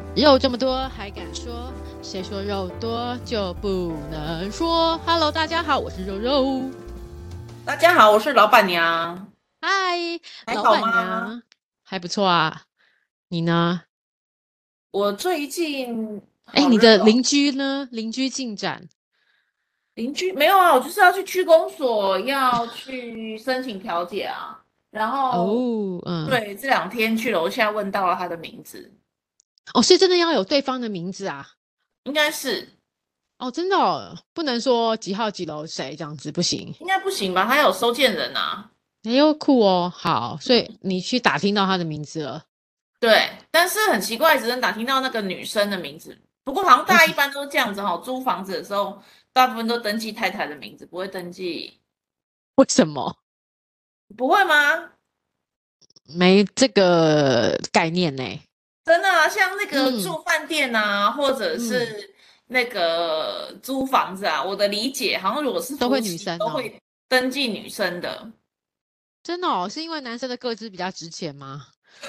肉这么多还敢说？谁说肉多就不能说？Hello，大家好，我是肉肉。 大家好，我是老板娘， 嗨， 还好老板吗？ 娘，还不错啊。你呢？ 我最近哎， 好你的邻热哦， 居呢？邻居进展？ 邻居没有啊，我就是要去区公所，要去申请调解啊。然后， 哦，嗯， 对，这2天去楼下问到了他的名字， 哦，所以真的要有对方的名字啊？ 应该是， 哦，真的哦，不能说几号几楼谁这样子不行。 应该不行吧？他有收件人啊， 哎呦，酷哦，好，所以你去打听到他的名字了？ 对，但是很奇怪，只能打听到那个女生的名字。不过好像大为什么？ 家一般都是这样子哈、租房子的时候，大部分都登记太太的名字，不会登记， 为什么？ 不会吗？ 没这个概念呢？ 真的啊，像那个嗯住饭店啊，或者嗯。 是那个租房子啊，我的理解好像如果是都会女夫妻生哦， 都会登记女生的。 真的哦，是因为男生的个资比较值钱吗？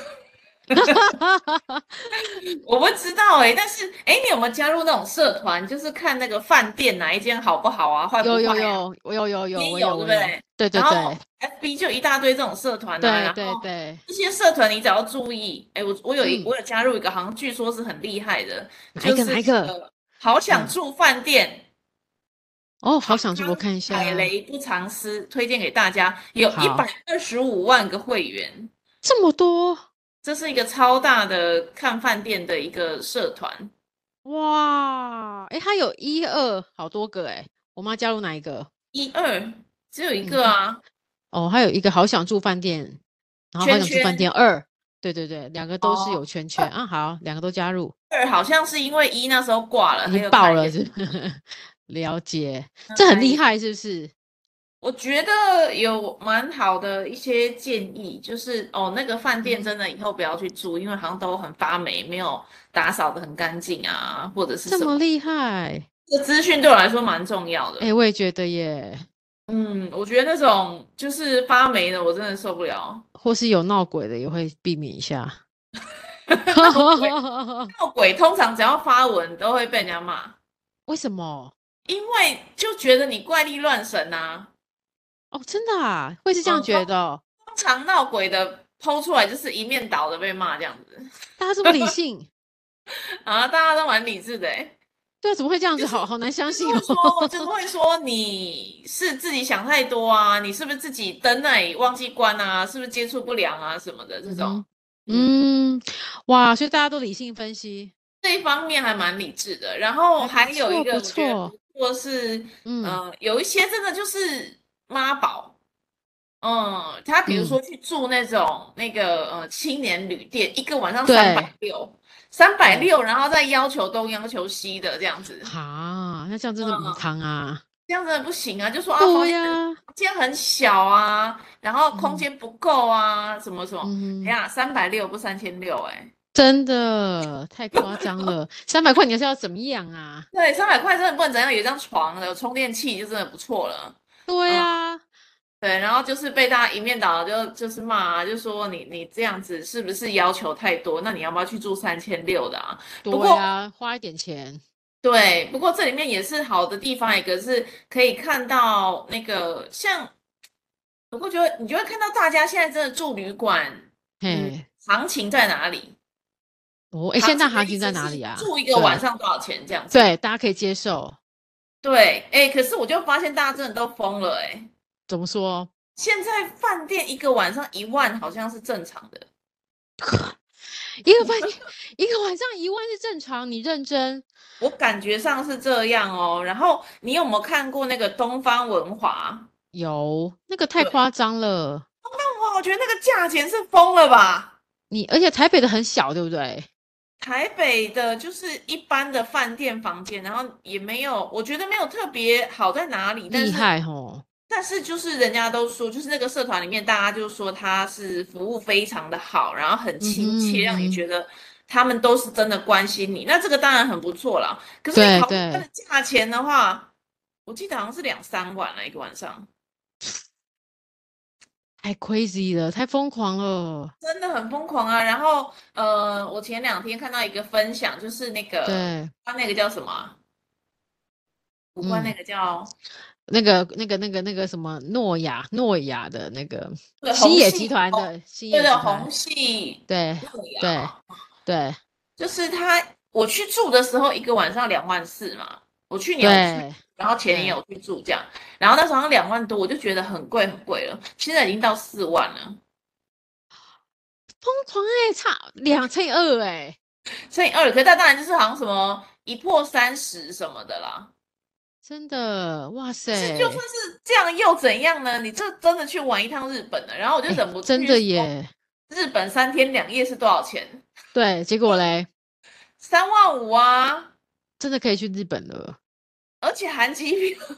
我不知道哎、但是哎，你有没有加入那种社团？就是看那个饭店哪一间好不好啊，坏不有有坏啊？ 有，我有，我有你也有对不我有， 对？ 对对对然后 FB 就一大堆这种社团啊， 对然后对对， 这些社团你只要注意，哎， 嗯， 我有加入一个，好像据说是很厉害的， 哪一个就是哪一个？ 那个好想嗯， 住饭店。 哦，好好想去，我看一下， 踩雷不藏私，推荐给大家，有好， 125万个会员， 这么多， 这是一个超大的看饭店的一个社团。 哇，诶，他有一二好多个诶，我们要加入哪一个？ 一二只有一嗯，看， 个啊， 哦，还有一个好想住饭店，然后好圈想住饭店圈二，对对对，两个都是有哦， 圈圈啊，好，两个都加入。 二好像是因为一那时候挂了， 已还经爆了， 有开一个是了解，这很开一个。 厉害，是不是？ 我觉得有蛮好的一些建议，就是哦，那个饭店嗯， 真的以后不要去住，因为好像都很发霉，没有打扫的很干净啊，或者是什么。 这么厉害， 这个资讯对我来说蛮重要哎， 的。 我也觉得耶， 嗯，我觉得那种就是发霉的，我真的受不了。 或是有闹鬼的也会避免一下。 闹鬼，闹鬼通常只要发文都会被人家骂， 为什么？ 因为就觉得你怪力乱神呐、 哦，真的啊，会是这样嗯， 觉得哦？ 通常闹鬼的剖出来就是一面倒的被骂这样子大家这么理性， 啊，大家都蛮理智的诶， 对啊，怎么会这样子？好难相信哦。 就是会说你是自己想太多啊，你是不是自己灯那里忘记关啊，是不是接触不良啊什么的这种， 嗯哼， 嗯。 嗯，哇，所以大家都理性分析， 这一方面还蛮理智的。然后还不还有一错，不个我觉得错。 不错是， 嗯有一些真的就是妈宝，他比如嗯， 说去住那种那个青年旅店，一个晚上三百对六，三百对， 六，然后再要求东要求西的这样子， 哈，那这样真的母嗯， 汤啊。 这样真的不行啊，就说啊对呀， 房间很小啊，然后空嗯间不够啊，什么什么，哎嗯哼， 呀，360不3600哎。 真的太夸张了，300块你是要怎么样啊？ 对，300块真的不能怎样，有一张床，有充电器就真的不错了。 对嗯， 呀， 对，然后就是被大家一面倒就是骂啊，就说你这样子是不是要求太多？那你要不要去住3600的啊？不过对呀，花一点钱， 对，不过这里面也是好的地方，一个是可以看到那个像，不过你就会看到大家现在真的住旅馆， 嘿， 行情在哪里？ 哦，哎， 行现在情的意行情在思是哪里啊？ 住一个晚对上多少钱这样子。 对，大家可以接受， 对，哎，可是我就发现大家真的都疯了，哎。 怎么说？ 现在饭店一个晚上1万好像是正常的， 一个饭店一个晚上1万是正常，你认真？ 我感觉上是这样哦。然后你有没有看过那个东方文华？ 有，那个太对， 夸张了， 哇，我觉得那个价钱是疯了吧？ 而且台北的很小，对不对？ 台北的就是一般的饭店房间，然后也没有，我觉得没有特别好在哪里，但厉是害吼， 就是人家都说，就是那个社团里面大家就说他是服务非常的好，然后很嗯亲切，让你哼嗯哼， 觉得他们都是真的关心你。那这个当然很不错啦。可是你考虑它的对对， 价钱的话，我记得好像是2、3万了一个晚上。 太 crazy 了，太疯狂了。 真的很疯狂啊。然后我前2天看到一个分享，就是对， 那个叫什么啊五官那嗯， 个叫那个什么诺亚的那个对星野集红系团的星对对， 野集团， 红系对诺亚对哈， 对就是我去住的时候，一个晚上2万4嘛。我去年有去， 对然后前年对， 有去住这样，然后那时候好像2万多，我就觉得很贵很贵了，现在已经到4万了， 疯狂差2乘以2 乘以2，可是它当然就是好像什么一破30什么的啦。 真的，哇可是就算塞， 是这样又怎样呢？你这真的去玩一趟日本了，然后我就忍不住真的去说， 耶， 日本3天2夜是多少钱？ 对，结果嘞， 3万5啊， 真的可以去日本了。 而且含机票。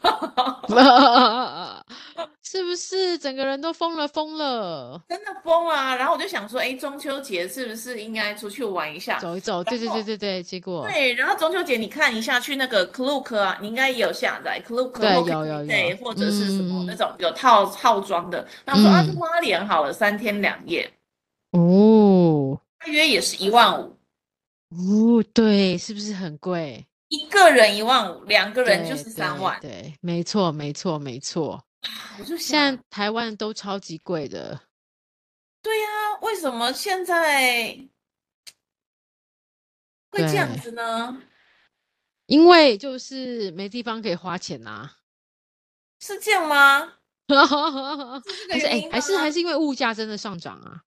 是不是整个人都疯了？ 真的疯了啊。然后我就想说，哎，中秋节是不是应该出去玩一下？ 走一走，对对对然后对对，结果对，然后中秋节你看一下，去那个 Klook 啊，你应该也有下载 Klook 或对，有有有， KKday 或者是什么那嗯种有套装的。然后说啊，去嗯花莲好了，3天2夜， 哦大约也是1万5， 哦，对，是不是很贵？ 一个人1万5，2个人就对 13万。 对，没错没错没错， 我就现在想， 台湾都超级贵的， 对呀，为什么现在会这样对， 子呢？ 因为就是没地方可以花钱呐、 是这样吗？是这个还是原因吗？ 还是因为物价真的上涨啊？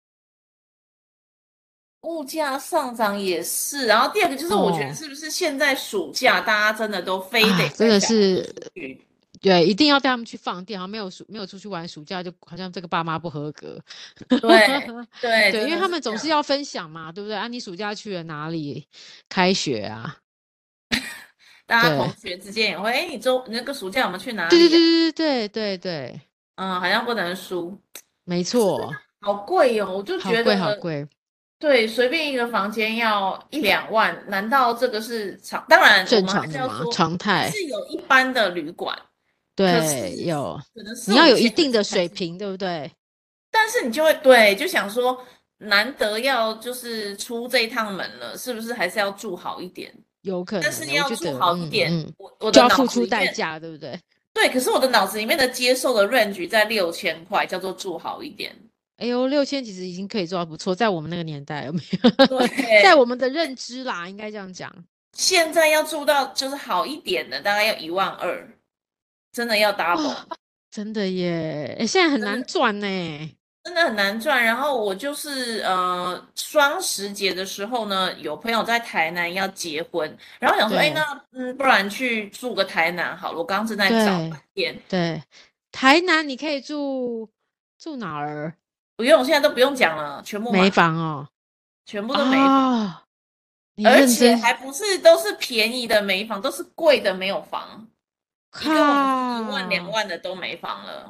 物价上涨也是，然后第二个就是我觉得哦是不是现在暑假大家真的都非得啊，真的带小孩子是出去？ 对，一定要带他们去放电，好像没有出去玩，暑假就好像这个爸妈不合格。 对对， 对，因为真的他是这样。 们总是要分享嘛，对不对？啊，你暑假去了哪里？开学啊？ 大家同对， 学之间也会，哎，你那个暑假我们去哪对对里呀、 对对对对对， 嗯，好像不能输， 没可是真的错， 好贵哦，我就好觉得， 贵好贵， 对，随便一个房间要1-2万，难道这个是常？当然，我正们还常的嘛， 是要说，还常态。 是有一般的旅馆，可是对，有， 可能四你要有一五千也定的是还是。 水平，对不对？ 但是你就会对，就想说，难得要就是出这一趟门了，是不是还是要住好一点？ 有可但是能的，我要住觉得， 好一点，我就要的脑付出子里面， 代价，对不对？ 对，可是我的脑子里面的接受的 range 在6000块，叫做住好一点。 哎呦，6000其实已经可以做到不错，在我们那个年代，有没有？在对， 我们的认知啦，应该这样讲。 现在要住到就是好一点的，大概要1万2，真的要 double。 哇，真的耶！现在很难真的赚呢。 真的很难赚。然后我就是双十节的时候呢，有朋友在台南要结婚，然后想说，哎， 对那不然去住个台南好了。我刚刚正在找对饭店， 对，台南你可以住哪儿？ 不用，现在都不用讲了，全部没满， 房哦。 全部都没房， 啊，你而认真且还不是都是便宜的没房，都是贵的没有房，一个晚上1万两靠万的都没房了。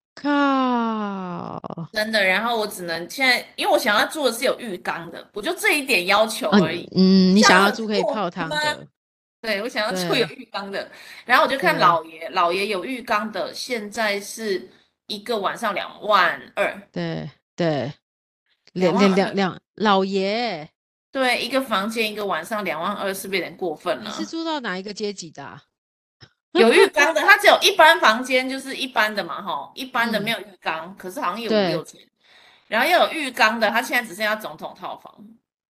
靠！ 真的，然后我只能现在，因为我想要住的是有浴缸的，我就这一点要求而已。 你想要这样很住可以泡过分吗？ 汤的， 对，我想要住有对浴缸的，然后我就看对老爷有浴缸的，现在是一个晚上2万2， 对对， 两万二， 老爷， 对，一个房间一个晚上2万2，是不是有点过分你是了？ 住到哪一个阶级的啊？ 有浴缸的，它只有一般房间，就是一般的嘛，吼，一般的没嗯， 有浴缸，可是好像有五对， 六千，然后又有浴缸的，它现在只剩下总统套房，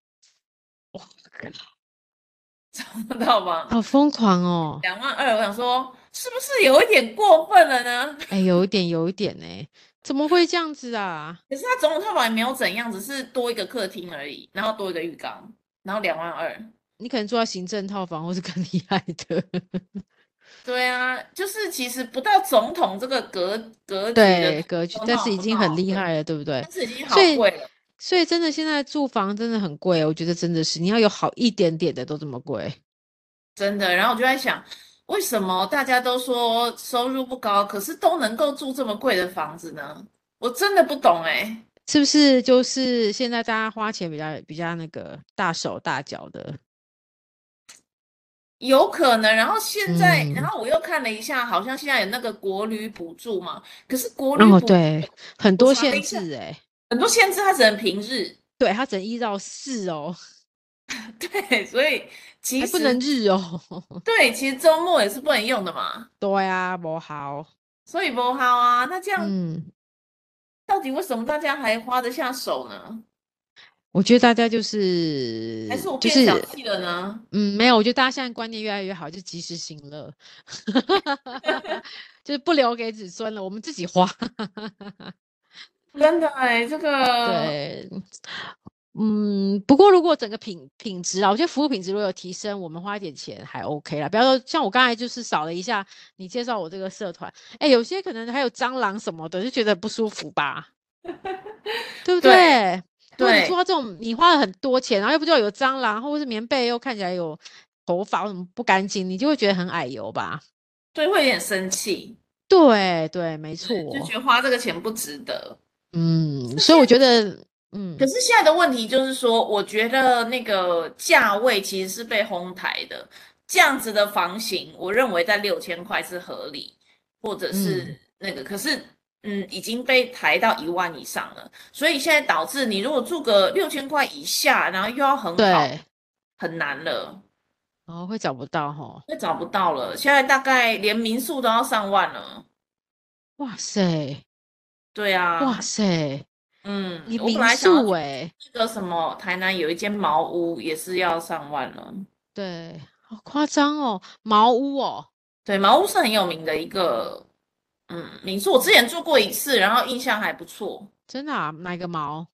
知道吗？ 好疯狂哦！ 2万2，我想说是不是有一点过分了呢？ 哎，有一点呢，怎么会这样子啊？ 可是它总统套房也没有怎样，只是多一个客厅而已，然后多一个浴缸，然后2万2。 你可能住到行政套房，或是更厉害的。 对啊，就是其实不到总统这个格局的对，格局，但是已总统经很厉对， 害了，对不对？ 但是已经所以， 好贵了， 所以真的现在住房真的很贵，我觉得真的是你要有好一点点的都这么贵， 真的。然后我就在想，为什么大家都说收入不高，可是都能够住这么贵的房子呢？我真的不懂哎。 是不是？就是现在大家花钱比较那个大手大脚的， 有可能。然后现在，然嗯， 后我又看了一下，好像现在有那个国旅补助嘛，可是国旅哦， 补助， 对，很我多限查了一下， 制哎， 很多限制，它只能平日。 对，它只能1到4哦， 对，所以其还不能实日哦。 对，其实周末也是不能用的嘛， 对啊，不好。 所以不好啊。那这样嗯， 到底为什么大家还花得下手呢？ 我觉得大家就还是我是变小气了呢？ 没有，我觉得大家现在观念越来越好，就及时行乐，就是不留给子孙了，我们自己花。 真的哎，这个对，不过如果整个品质啊，我觉得服务品质如果有提升，我们花一点钱还 OK 啦。不要说像我刚才就是扫了一下你介绍我这个社团，哎，有些可能还有蟑螂什么的，就觉得不舒服吧，对不对对？如果你做对到这种，你花了很多钱，然后又不知道有蟑螂，或者是棉被又看起来有头发什么不干净，你就会觉得很矮油吧？ 对，会有点生气， 对对，没对，就错， 觉得花这个钱不值得。 所以我觉得， 可是现在的问题就是说，我觉得那个价位其实是被哄抬的。这样子的房型，我认为在6000块是合理，或者嗯， 是那个，可是已经被抬到1万以上了，所以现在导致你如果住个6000块以下，然后又要很好， 对， 很难了， 然后会找不到哈。 那找不到了。现在大概连民宿都要上万了。 哇塞， 对哇啊， 塞，你我本民来想要去宿哎、 那个什么台南有一间茅屋，也是要上万了。 对，好夸张哦，茅屋哦， 对，茅屋是很有名的一个民宿，我之前住过一次，然后印象还不错。 真的啊，哪个茅？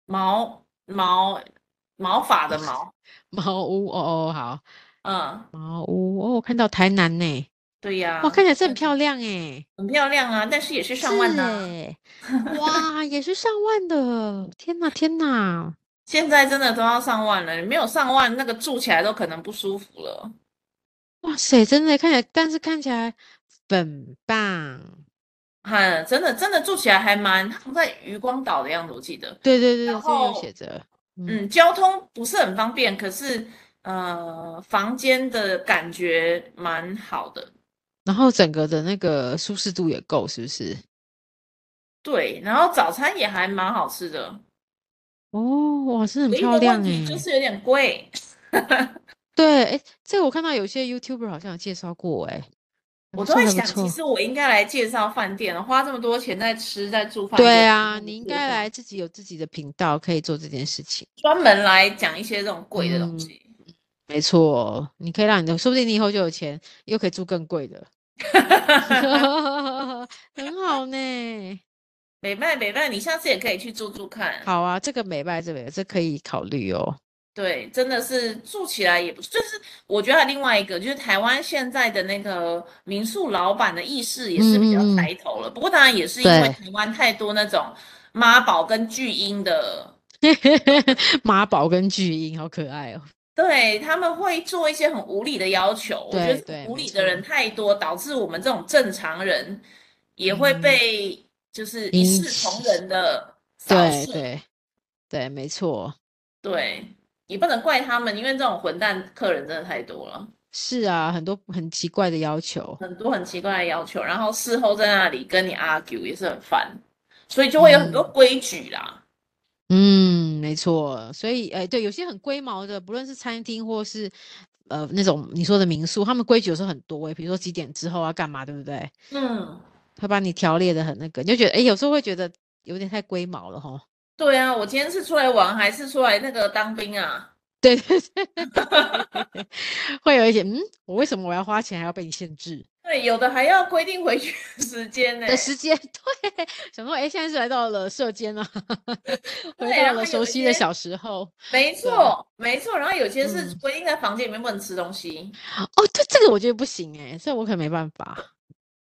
毛发的毛， 茅屋哦哦，好， 嗯， 茅屋哦，我看到台南呢，哇， 对呀， 看起来是很漂亮哎， 很漂亮啊，但是也是上万是呢、 哎，哇，也是上万的，天哪天哪， 现在真的都要上万了，你没有上万，那个住起来都可能不舒服了。 哇塞，真的看起来，但是看起来很棒， 真的真的住起来还蛮，好像在渔光岛的样子，我记得。 对对对， 然这边有写后着， 交通不是很方便，可是房间的感觉蛮好的。 然后整个的那个舒适度也够，是不是？ 对，然后早餐也还蛮好吃的， 哦，哇，是很漂唯一的问亮诶。 题就是有点贵。 对，诶，这个我看到有些 YouTuber 好像有介绍过，诶，还不错， 我都在想，其还不错。 实我应该来介绍饭店了，花这么多钱在吃，在住饭店，为对啊， 什么你应不介绍该来自己有自己的频道，可以做这件事情。 专门来讲一些这种贵的东嗯， 西？ 没错，你可以让你的，说不定你以后就有钱，又可以住更贵的，很好呢。 美拜美拜，你下次也可以去住住看。 好啊，这个美拜，这可以考虑哦。 对，真的是住起来也不错，就是我觉得还有另外一个，就是台湾现在的那个民宿老板的意识也是比较嗯嗯嗯， 抬头了。不过当然也是因为对， 台湾太多那种妈宝跟巨婴的， 妈宝跟巨婴好可爱哦。 对，他们会做一些很无理的要求。我觉得这种对对， 无理的人没错。 太多，导致我们这种正常人也会嗯， 被就是一视同引起， 仁的扫射。 对对对，没错， 对，也不能怪他们，因为这种混蛋客人真的太多了。 是啊，很多很奇怪的要求， 很多很奇怪的要求，然后事后在那里跟你 argue 也是很烦，所以就会有很多嗯规矩啦。 没错，所以对，有些很龟毛的，不论是餐厅或是那种你说的民宿，他们规矩有时候很多比如说几点之后要干嘛，对不对？ 嗯， 他把你条列的很那个，你就觉得有时候会觉得有点太龟毛了哈。 对啊，我今天是出来玩还是出来那个当兵啊？ 对对对，会有一点我为什么我要花钱还要被你限制？ 对，有的还要规定回去的时间呢。 的时间，对，想说，哎，现在是来到了社间啊，回对，然后到了熟有一些悉的小时候， 没对， 错没错，然后有些是嗯， 规定在房间里面不能吃东西。 哦，对，这个我觉得不行哎，这我可能没办法，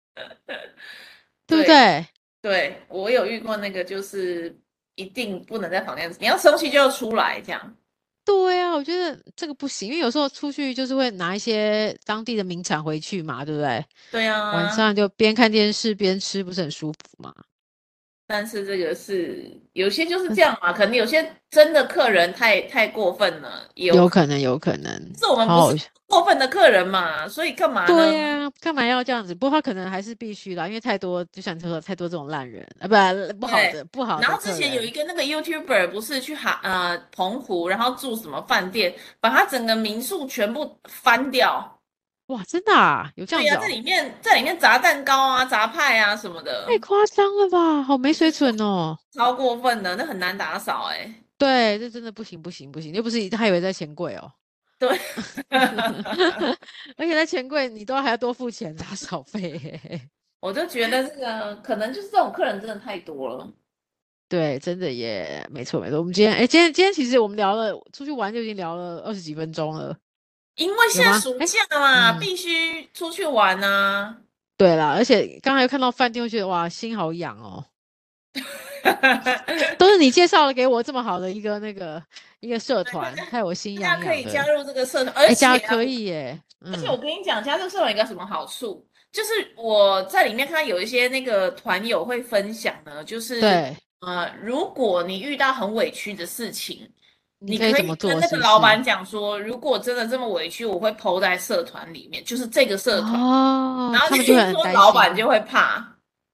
对不对对？ 对，我有遇过那个，就是一定不能在房间吃，你要吃东西就要出来这样。 对啊，我觉得这个不行，因为有时候出去就是会拿一些当地的名产回去嘛，对不对？ 对啊， 晚上就边看电视边吃，不是很舒服嘛？ 但是这个是有些就是这样嘛，可能有些真的客人太过分了，也有可能有可能，有可能， 是我们不是好， 过分的客人嘛，所以干嘛呢？ 对呀、干嘛要这样子？不过他可能还是必须啦，因为太多，就像你说的，太多这种烂人啊，不好对。 的不好然的后之前有一客人。 个那个 YouTuber 不是去澎湖，然后住什么饭店，把他整个民宿全部翻掉。 哇，真的啊，有这对呀、 样子哦， 在里面砸蛋糕啊、砸派啊什么太的， 夸张了吧，好没水准哦。 超过分的，那很难打扫哎、 对，这真的不行不行不行，又不是他以为在钱柜哦， 对， 而且在钱柜你都还要多付钱打扫费耶。 我就觉得这个可能就是这种客人真的太多了。 对，真的也没错没错。我们今天，哎，今天其实我们聊了出去玩就已经聊了20几分钟了， 因为有吗？ 现在暑哎， 假嘛， 嗯， 必须出去玩啊。 对啦，而且刚才又看到饭店，我觉得哇，心好痒哦。都是你介绍了给我这么好的一个社团，害我心大家可痒痒的。 以加入这个社团， 哎，可以耶， 而且我嗯， 跟你讲，加入这个社团有一个什么好处，就是我在里面看到有一些那个团友会分享呢，就是对， 如果你遇到很委屈的事情， 你可以你可以跟怎么做？ 那个老是不是？ 板讲说，如果真的这么委屈，我会 PO 在社团里面，就是这个社团， 哦， 然后他们就会很听说老板担心。 就会怕，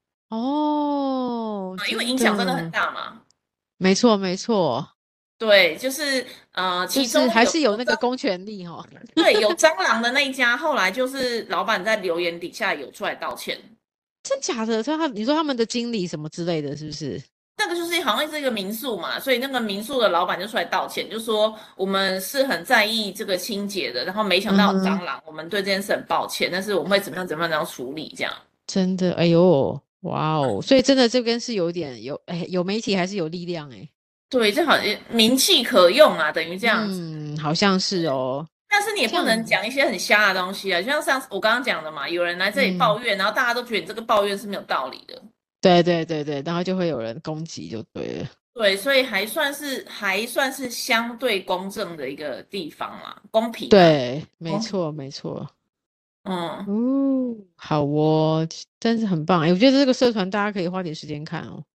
哦， 因为真影响真的很的， 大嘛。 没错没错， 对，就是就其中是还是有有蟑那个公权力哈、哦。 对有蟑螂的那一家，后来就是老板在留言底下有出来道歉。 真假的？你说他们的经理什么之类的，是不是？ 那个就是好像是一个民宿嘛，所以那个民宿的老板就出来道歉，就说我们是很在意这个清洁的，然后没想到有蟑嗯哼， 螂，我们对这件事很抱歉，但是我们会怎么样处理这样。 真的，哎呦，哇哦，所以真的这边是有点哎，有媒体还是有力量哎。 对，这好像名气可用啊，等于这样子。 嗯，好像是哦。 但是你也不能这样， 讲一些很瞎的东西啊，就像上次我刚刚讲的嘛，有人来这里嗯， 抱怨，然后大家都觉得你这个抱怨是没有道理的。 对对对对，然后就会有人攻击，就对了。 对，所以还算是相对公正的一个地方啦，公平啦， 对，没公平。 错没错。 嗯。 哦，好哦，真是很棒哎！我觉得这个社团大家可以花点时间看哦。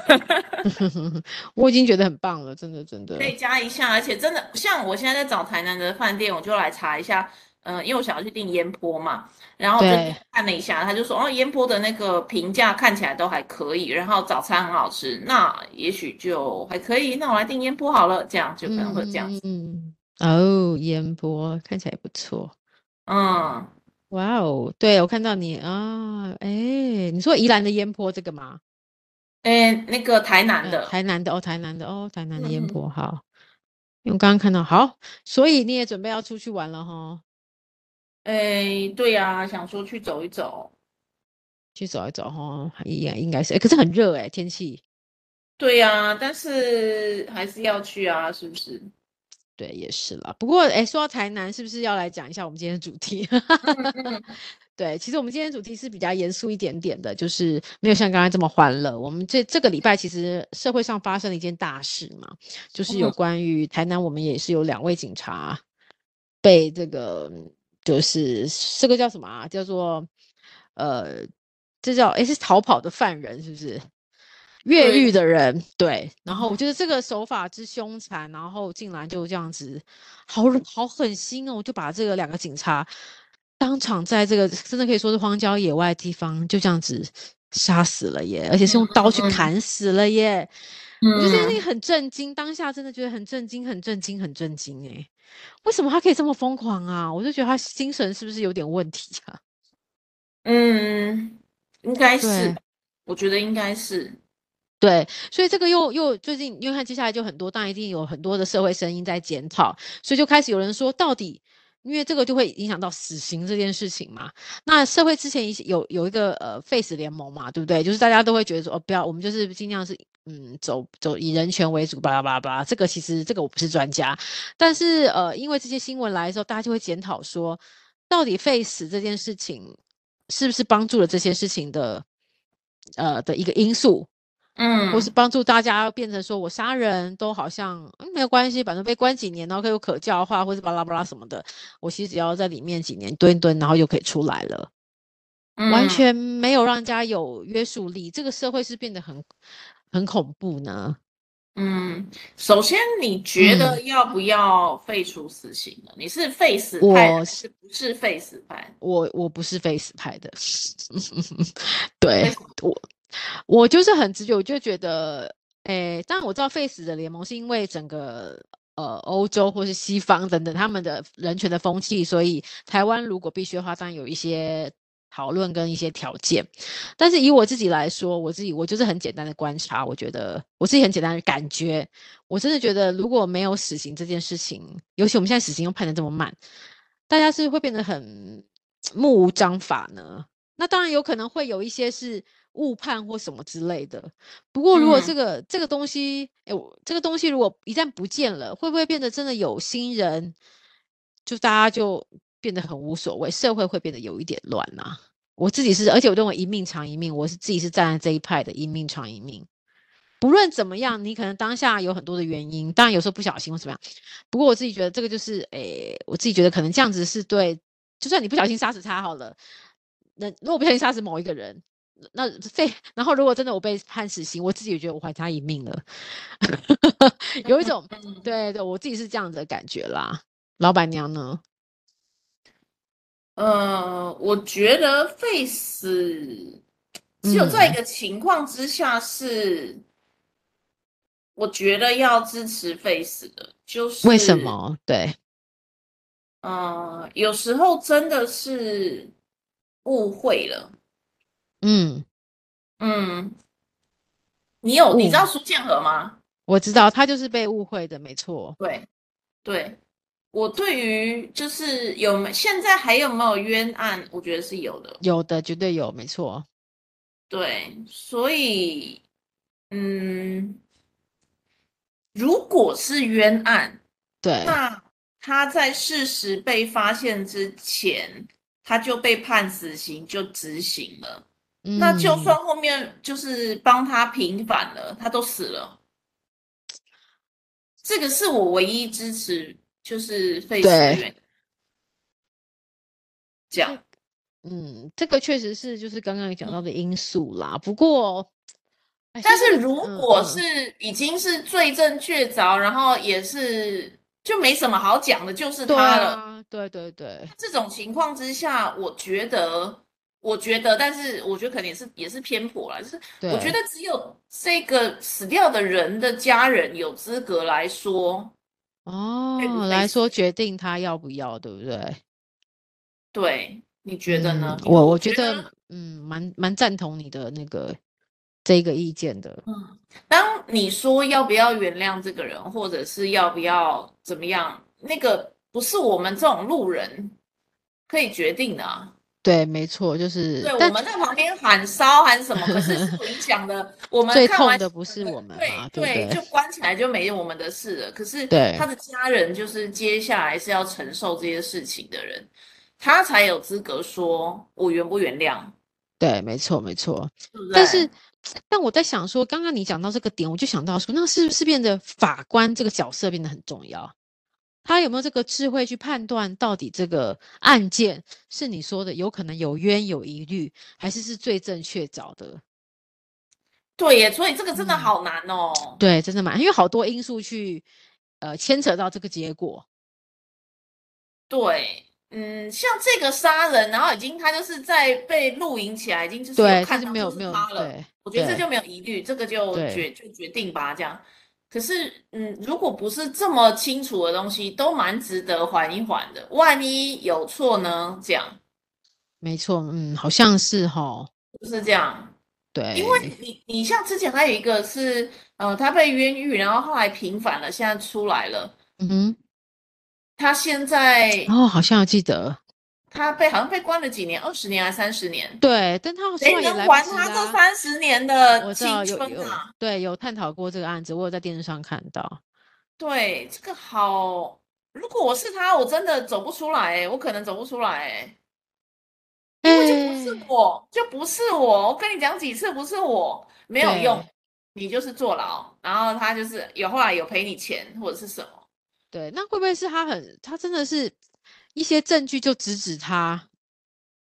我已经觉得很棒了，真的真的。 可以加一下，而且真的像我现在在找台南的饭店，我就来查一下，因为我想要去订烟波嘛，然后我就对， 看了一下，他就说哦，烟波的那个评价看起来都还可以，然后早餐很好吃，那也许就还可以，那我来订烟波好了，这样就可能会这样子。 哦，烟波看起来不错。 嗯， 哇哦，对，我看到你啊，哎，你说宜兰的烟波这个吗？ 诶，那个台南的， 台南的哦，台南的哦，台南的烟嗯， 波好。因为我刚刚看到，好，所以你也准备要出去玩了哈， 诶，对呀、想说去走一走， 去走一走哈，应该是，可是很热天气。 对呀、但是还是要去啊，是不是？ 对，也是啦。不过，说到台南，是不是要来讲一下我们今天的主题？ 嗯嗯对，其实我们今天的主题是比较严肃一点点的，就是没有像刚才这么欢乐。我们这个礼拜其实社会上发生了一件大事嘛，就是有嗯， 关于台南，我们也是有2位警察被这个，就是这个叫什么啊？叫做呃，这叫是逃跑的犯人，是不是？越狱对， 的人，对，然后我嗯觉得这个手法之凶残，然后竟然就这样子，好狠心哦，就把这个2个警察当场在这个真的可以说是荒郊野外的地方，就这样子杀死了耶，而且是用刀去嗯砍死了耶。我觉得这件事情嗯。 很震惊，当下真的觉得很震惊，很震惊，很震惊诶。为什么他可以这么疯狂啊？我就觉得他精神是不是有点问题啊？ 嗯，应该是对。 吧，我觉得应该是。 对，所以这个又最近，因为看接下来就很多，当然一定有很多的社会声音在检讨，所以就开始有人说，到底因为这个就会影响到死刑这件事情嘛。那社会之前有一个Face 联盟嘛，对不对？就是大家都会觉得说，哦，不要，我们就是尽量是走以人权为主，巴拉巴拉巴拉。这个其实这个我不是专家，但是因为这些新闻来的时候，大家就会检讨说，到底 Face 这件事情是不是帮助了这些事情的一个因素？或是嗯帮助大家变成说我杀人都好像没有关系，反正被关几年，然后可以有可教化，或是巴拉巴拉什么的，我其实只要在里面几年蹲一蹲，然后就可以出来了。 完嗯全没有让人家有约束力，这个社会是变得很恐怖呢。 嗯，首先你觉嗯， 得要不要废除死刑呢？你是废死派的还我是是不是废死派？ 我不是 face 派的，对， 为什么？ 我就是很直觉，我就觉得，当然我知道 face 的联盟是因为整个欧洲或是西方等等他们的人权的风气，所以台湾如果必须的话，当然有一些讨论跟一些条件。但是以我自己来说，我就是很简单的观察，我觉得我自己很简单的感觉，我真的觉得如果没有死刑这件事情，尤其我们现在死刑又判的这么慢，大家是会变得很目无章法呢。那当然有可能会有一些是误判或什么之类的。不过如果嗯这个东西，这个东西如果一旦不见了，会不会变得真的有心人，就大家就变得很无所谓，社会会变得有一点乱啊。我自己是，而且我认为一命偿一命，我是自己是站在这一派的，一命偿一命。不论怎么样，你可能当下有很多的原因，当然有时候不小心或怎么样。不过我自己觉得这个就是，我自己觉得可能这样子是对，就算你不小心杀死他好了，那如果不小心杀死某一个人，那然后如果真的我被判死刑，我自己也觉得我还他一命了，有一种嗯对对，我自己是这样子的感觉啦。老板娘呢？ 我觉得废死只有在一嗯， 个情况之下是，我觉得要支持废死的，就为什是么？对， 有时候真的是误会了。 嗯， 嗯，你知道误， 苏建和吗？ 我知道他就是被误会的，没错， 对对，我对于就是现在还有没有冤案，我觉得是有的。 有的绝对有，没错， 对，所以嗯，如果是冤案， 对， 那他在事实被发现之前，他就被判死刑就执行了。那就算嗯， 后面就是帮他平反了，他都死了。这个是我唯一支持就是废死的对。 原因。这样。 这个确实是就是刚刚讲到的因素啦。不过，哎， 但像这个， 是如果是已经是罪证确凿，然后也是就没什么好讲的，就是对他了。 啊，对对对这种情况之下，我觉得，但是我觉得可能也是偏颇了，就是我觉对， 得只有这个死掉的人的家人有资格来说废不哦， 废死。 来说决定他要不要，对不对？ 对，你觉得呢？因为我我觉得， 觉得蛮赞同你的这个意见的。 当你说要不要原谅这个人，或者是要不要怎么样，那个不是我们这种路人可以决定的啊。 对，没错，就是， 对，我但们在旁边喊烧喊什么，可是受影响的，我们最看完痛的不是我们嘛，对不对对， 对？ 就关起来就没我们的事了。可是他对的家人就是接下来是要承受这些事情的人，他才有资格说我原不原谅， 对，没错没错。 对不对？ 但是，但我在想说，刚刚你讲到这个点，我就想到说，那是不是变得法官这个角色变得很重要？他有没有这个智慧去判断到底这个案件是你说的有可能有冤有疑虑，还是罪证确凿的？ 对耶，所以这个真的嗯， 好难哦。 对，真的蛮，因为好多因素去牵扯到这个结果。 对，像这个杀人，然后他就是在被录影起来，已经就是有对，这就看到就是没有没有他了。 对对我觉得这就没有疑虑，这个就对， 决定吧，这样。可是，如果不是这么清楚的东西，都蛮值得缓一缓的。万一有错呢？这样没错，好像是哈， 就是这样。因为对， 你像之前还有一个是，他被冤狱，然后后来平反了，现在出来了。 嗯哼， 他现在哦，好像记得， 他好像被关了几年，20年还是30年？ 对，但他后谁来也来不能还他这及啦。 30年的我知道青春啊？ 对有探讨过这个案子，我有在电视上看到。 对，这个好。如果我是他，我真的走不出来欸，我可能走不出来欸，因为就不是哎， 我，就不是我。我跟你讲几次，不是我，没有用， 对你就是坐牢，然后他就是后来有赔你钱或者是什么。 对，那会不会是他真的是一些证据就直指他？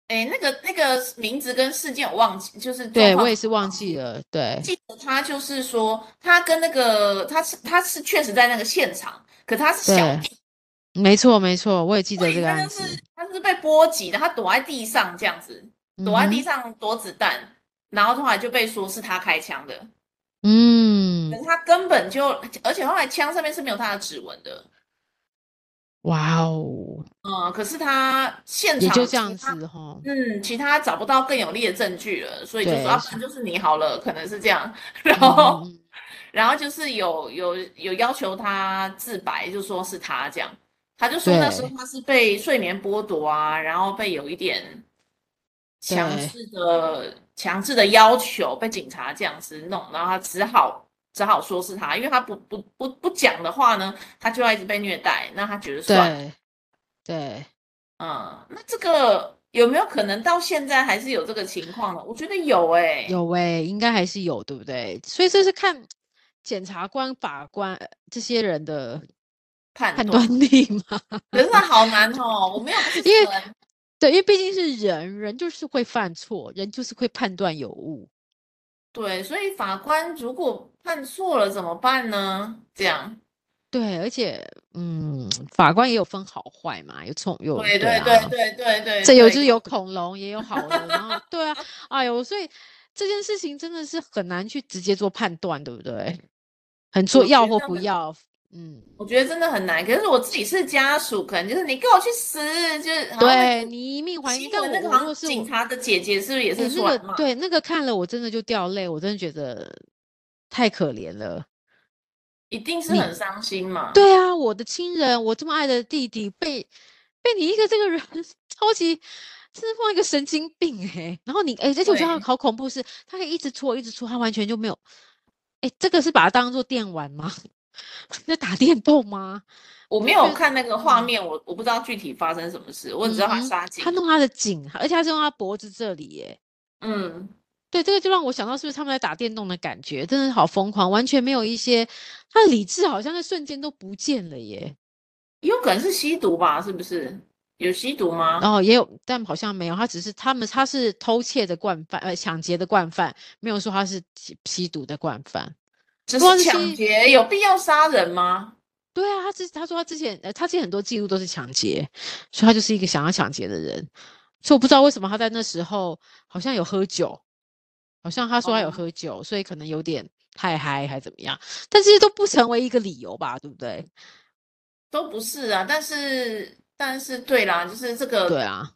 哎，那个名字跟事件我忘记，就是状对，我况也是忘忘记。 记了。对记得他就是说，他跟那个他是确实在那个现场，可他是小对， 弟， 没错没错，我也记得这所以他就个案子。 是他是被波及的，他躲在地上这样子，躲在地嗯哼， 上躲子弹，然后后来就被说是他开枪的，可嗯， 是他根本就，而且后来枪上面是没有他的指纹的。 哇哦， 可是他现也就场这样子哈。 其他找不到更有力的证据了，所以就说啊， 对， 不然就是你好了，可能是这样。然后， 嗯嗯嗯， 然后就是有要求他自白，就说是他这样，他就说那时候对他是被睡眠剥夺啊，然后被有一点对强制的要求，被警察这样子弄，然后他只好说是他，因为他不讲的话呢，他就要一直被虐待，那他觉得算了。 对对， 那这个有没有可能到现在还是有这个情况呢？我觉得有诶、 有诶，应该还是有，对不对？所以这是看检察官、法官这些人的判断判断， 力嘛。 可是那好难哦，我们又不是因为神。 对，因为毕竟是人，人就是会犯错，人就是会判断有误。 对，所以法官如果判错了怎么办呢？这样， 对，而且法官也有分好坏嘛，有对对对对啊， 对对对对， 这有就是有恐龙，也有好的，然后对啊，哎呦，所以这件事情真的是很难去直接做判断，对不对？很做我觉要或得很， 不要，嗯， 我觉得真的很难。可是我自己是家属，可能就是你给我去死，就是好像那个对你一命还一命，但我新闻那个好如果是我， 像警察的姐姐是不是也是哎， 出来骂？ 那个看了我真的就掉泪，我真的觉得太可怜了。 一定是你很伤心嘛。 对啊，我的亲人，我这么爱的弟弟被你一个这个人超级，真的放一个神经病然后而且我觉得他对， 好恐怖是，他可以一直戳一直戳，他完全就没有，这个是把它当做电玩吗？在打电动吗？ 我没我就觉得， 有看那个画面，我不知道具体发生什么事，我只知道他嗯哼， 杀警了。 他弄他的颈，而且他是用他脖子这里耶。 嗯， 对，这个就让我想到是不是他们在打电动的感觉，真的是好疯狂，完全没有一些他的理智好像在瞬间都不见了耶。 有可能是吸毒吧？是不是？有吸毒吗？ 然后也有，但好像没有，他只是他是偷窃的惯犯，抢劫的惯犯，没有说他是吸毒的惯犯。不知只是道是吸， 抢劫，有必要杀人吗？ 对啊，他说他之前很多记录都是抢劫，所以他就是一个想要抢劫的人。所以我不知道为什么他在那时候好像有喝酒，好像他说他有哦， 喝酒，所以可能有点太嗨还怎么样，但这些都不成为一个理由吧，对不对？ 都不是啊。但是对啦，就是这个， 对啊，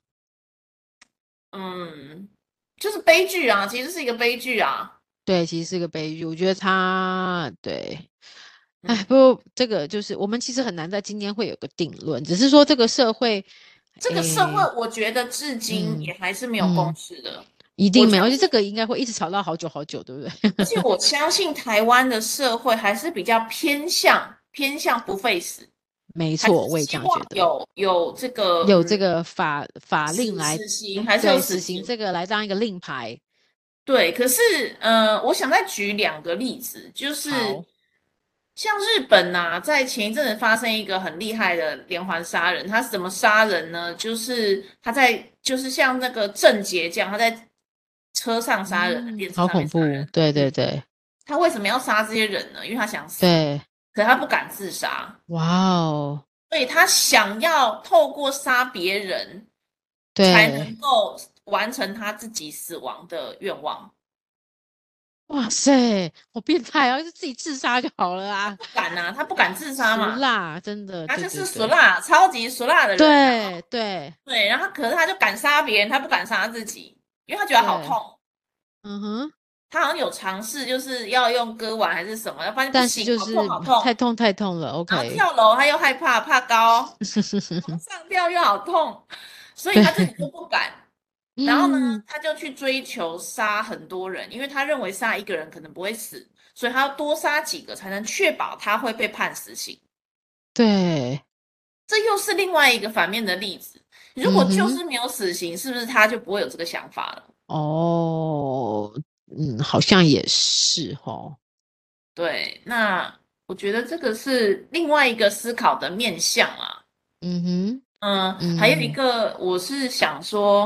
嗯，就是悲剧啊，其实是一个悲剧啊。 对，其实是个悲剧。我觉得对。哎，不嗯， 过这个就是我们其实很难在今天会有个定论，只是说这个社会， 这个社会诶， 我觉得至今也嗯还是没有共嗯， 识的。 一定没有，而且这我相信。 个应该会一直吵到好久好久，对不对？ 而且我相信台湾的社会还是比较偏向不费死，还是没错，我也这希望样觉得。 有这个有这个法令来， 死刑，还是有对，死刑死刑。 这个来当一个令牌。 对，可是我想再举两个例子，就是好， 像日本呐、在前一阵子发生一个很厉害的连环杀人，他是怎么杀人呢？就是就是像那个郑捷这样，他在车上杀人，电车好上面恐怖， 杀人。 对对对他为什么要杀这些人呢？因为他想死， 对， 可他不敢自杀。 哇哦， 所以他想要透过杀别人，才对， 能够完成他自己死亡的愿望。 哇塞，好变态啊！就自己自杀就好了啊， 不敢呐、他不敢自杀俗嘛， 辣，真的， 他就是俗对对对辣，超级俗辣的人。然后对对对，然后可是他就敢杀别人，他不敢杀自己，因为他觉得好对， 痛。 嗯哼。 他好像有尝试，就是要用割腕还是什么，发现不但是行，好痛就是好痛。 太痛了然后 ，OK， 跳楼他又害怕，怕高，往上跳又好痛，所以对， 他自己就不敢。然后呢， 嗯， 他就去追求杀很多人，因为他认为杀一个人可能不会死，所以他要多杀几个才能确保他会被判死刑。 对， 这又是另外一个反面的例子。如果就嗯哼， 是没有死刑，是不是他就不会有这个想法了？ 哦，好像也是哦， 对，那我觉得这个是另外一个思考的面向啊。 嗯哼， 还有一嗯， 个，我是想说，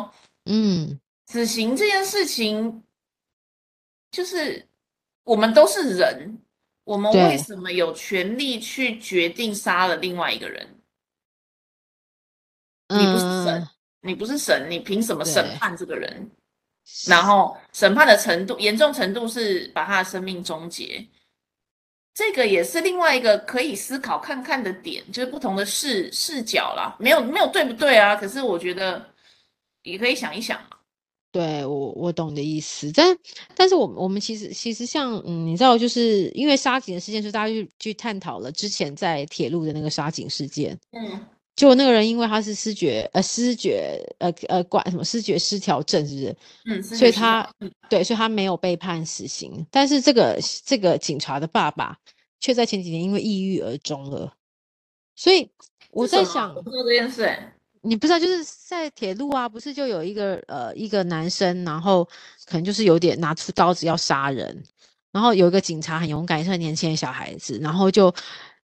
嗯， 死刑这件事情，就是我们都是人，我们为对， 什么有权利去决定杀了另外一个人？你不是嗯， 神，你不是神，你凭什么审对， 判这个人？然后审判的程度严重程度是把他的生命终结，这个也是另外一个可以思考看看的点，就是不同的视角啦，没有对不对啊？可是我觉得也可以想一想嘛。 对，我懂你的意思，但是我们其实像你知道，就是因为沙井的事件，就大家去探讨了之前在铁路的那个沙井事件， 嗯结果那个人因为他是视觉失调症，是不是？ 嗯，视觉失调。 所以他对，所以他没有被判死刑，但是这个警察的爸爸却在前几年因为抑郁而终了，所以我是什么？ 在想。 我不知道这件事、欸。 你不知道，就是在铁路啊，不是就有一个男生，然后可能就是有点拿出刀子要杀人，然后有一个警察很勇敢，是很年轻的小孩子，然后就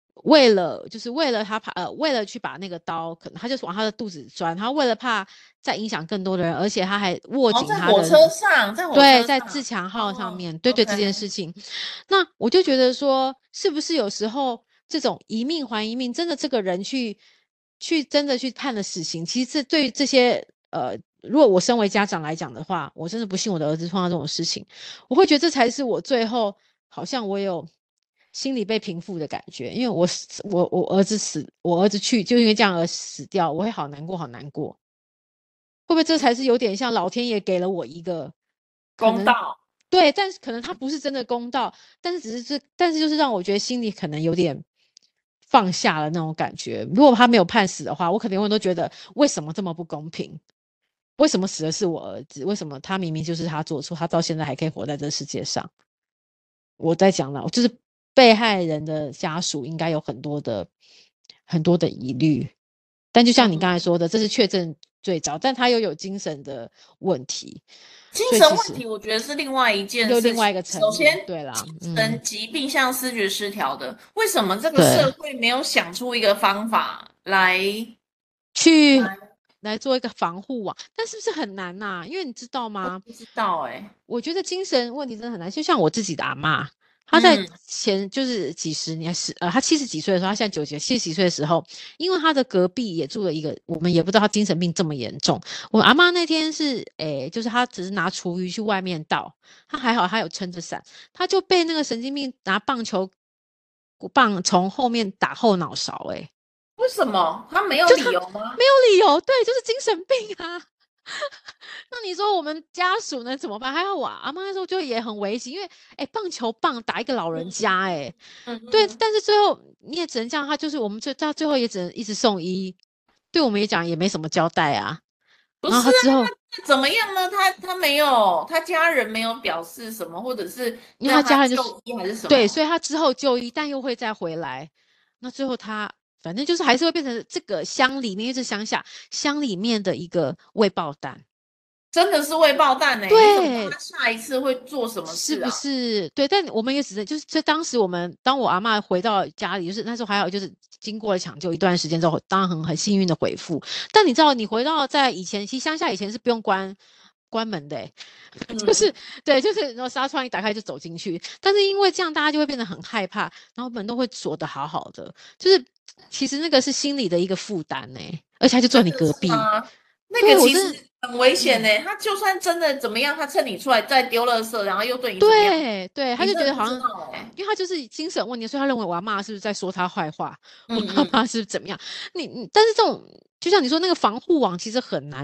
为了去把那个刀，可能他就往他的肚子钻，他为了怕再影响更多的人，而且他还握哦， 紧他的， 在火车上，在火对， 车在自上。 强号上哦面，对对这件 ，OK。 事情，那我就觉得说，是不是有时候这种一命还一命，真的这个人去真的去判了死刑，其实这对这些如果我身为家长来讲的话，我真的不信我的儿子碰到这种事情，我会觉得这才是我最后好像我有心里被平复的感觉，因为我儿子去就因为这样而死掉，我会好难过，好难过。会不会这才是有点像老天爷给了我一个可能公道。 对，但是可能他不是真的公道，但是就是让我觉得心里可能有点放下了那种感觉。如果他没有判死的话，我可能永远都觉得为什么这么不公平？为什么死的是我儿子？为什么他明明就是他做错，他到现在还可以活在这世界上？我在讲了，就是被害人的家属应该有很多的疑虑，但就像你刚才嗯， 说的，这是确诊最早，但他又有精神的问题， 精所以其实神问题我觉得是另外一件事情。 又另外一个层面。 首先， 对啦， 精神疾病像思觉失调的，为什么这个社对， 会没有想出一个方法来？ 去来做一个防护网，但是不是很难呐、因为你知道吗？ 不知道哎、 我觉得精神问题真的很难，就像我自己的阿嬷，她在嗯， 前就是几十年她70几岁的时候，她现在70几岁的时候，因为她的隔壁也住了一个，我们也不知道她精神病这么严重。我阿嬷那天是就是她只是拿厨余去外面倒，她还好，她有撑着伞，她就被那个神经病拿棒球棒从后面打后脑勺、 为什么他没有就他理由吗？ 没有理由，对，就是精神病啊。那你说我们家属能怎么办？还好我阿妈那时候就也很危急，因为棒球棒打一个老人家，对， 嗯嗯， 但是最后你也只能这样，他就是我们到最后也只能一直送医，对我们也讲也没什么交代啊。然后不是啊， 他之后， 那怎么样呢？他没有，他家人没有表示什么，或者是因为他让他家人就是就医还是什对，所么？ 以他之后就医，但又会再回来。那最后他反正就是还是会变成这个乡里面，因为是乡下乡里面的一个未爆弹。 真的是未爆弹呢、你怎么知道对， 他下一次会做什么是不事啊？ 是？对，但我们也只是就是在当时当我阿嬷回到家里，就是那时候还好，就是经过了抢救一段时间之后，当然很幸运的回复。但你知道，你回到在以前，其实乡下以前是不用关门的，就是嗯， 对，就是然后纱窗一打开就走进去。但是因为这样，大家就会变得很害怕，然后门都会锁得好好的，就是其实那个是心理的一个负担呢，而且他就坐你真的隔壁。 是吗？那对个其实我真的， 很危险呢、 嗯。 他就算真的怎么样，他趁你出来再丢垃圾，然后又对你怎么样， 对对，他你就觉真的不知得好像， 道哎、 因为他就是精神问题，所以他认为我阿妈是不是在说他坏话，我嗯嗯。 阿妈是不是怎么样？但是这种就像你说那个防护网，其实很难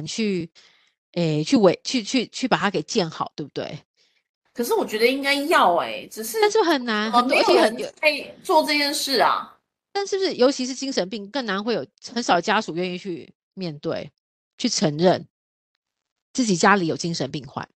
去把它给建好，对不对？ 可是我觉得应该要哎、只是但是很难，很多， 没有人而且在做这件事啊？ 但是不是尤其是精神病更难会有很少家属愿意去面对，去承认自己家里有精神病患。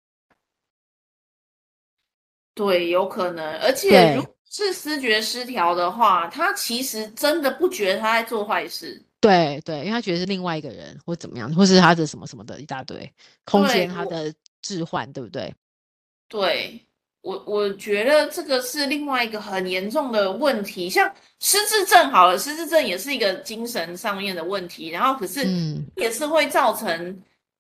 对，有可能。而且如对果是思觉失调的话，他其实真的不觉得他在做坏事。 对对，因为他觉得是另外一个人或怎么样，或是他的什么什么的一大堆空间， 对我， 他的置换，对不对？ 对我觉得这个是另外一个很严重的问题。像失智症好了，失智症也是一个精神上面的问题，然后可是嗯， 也是会造成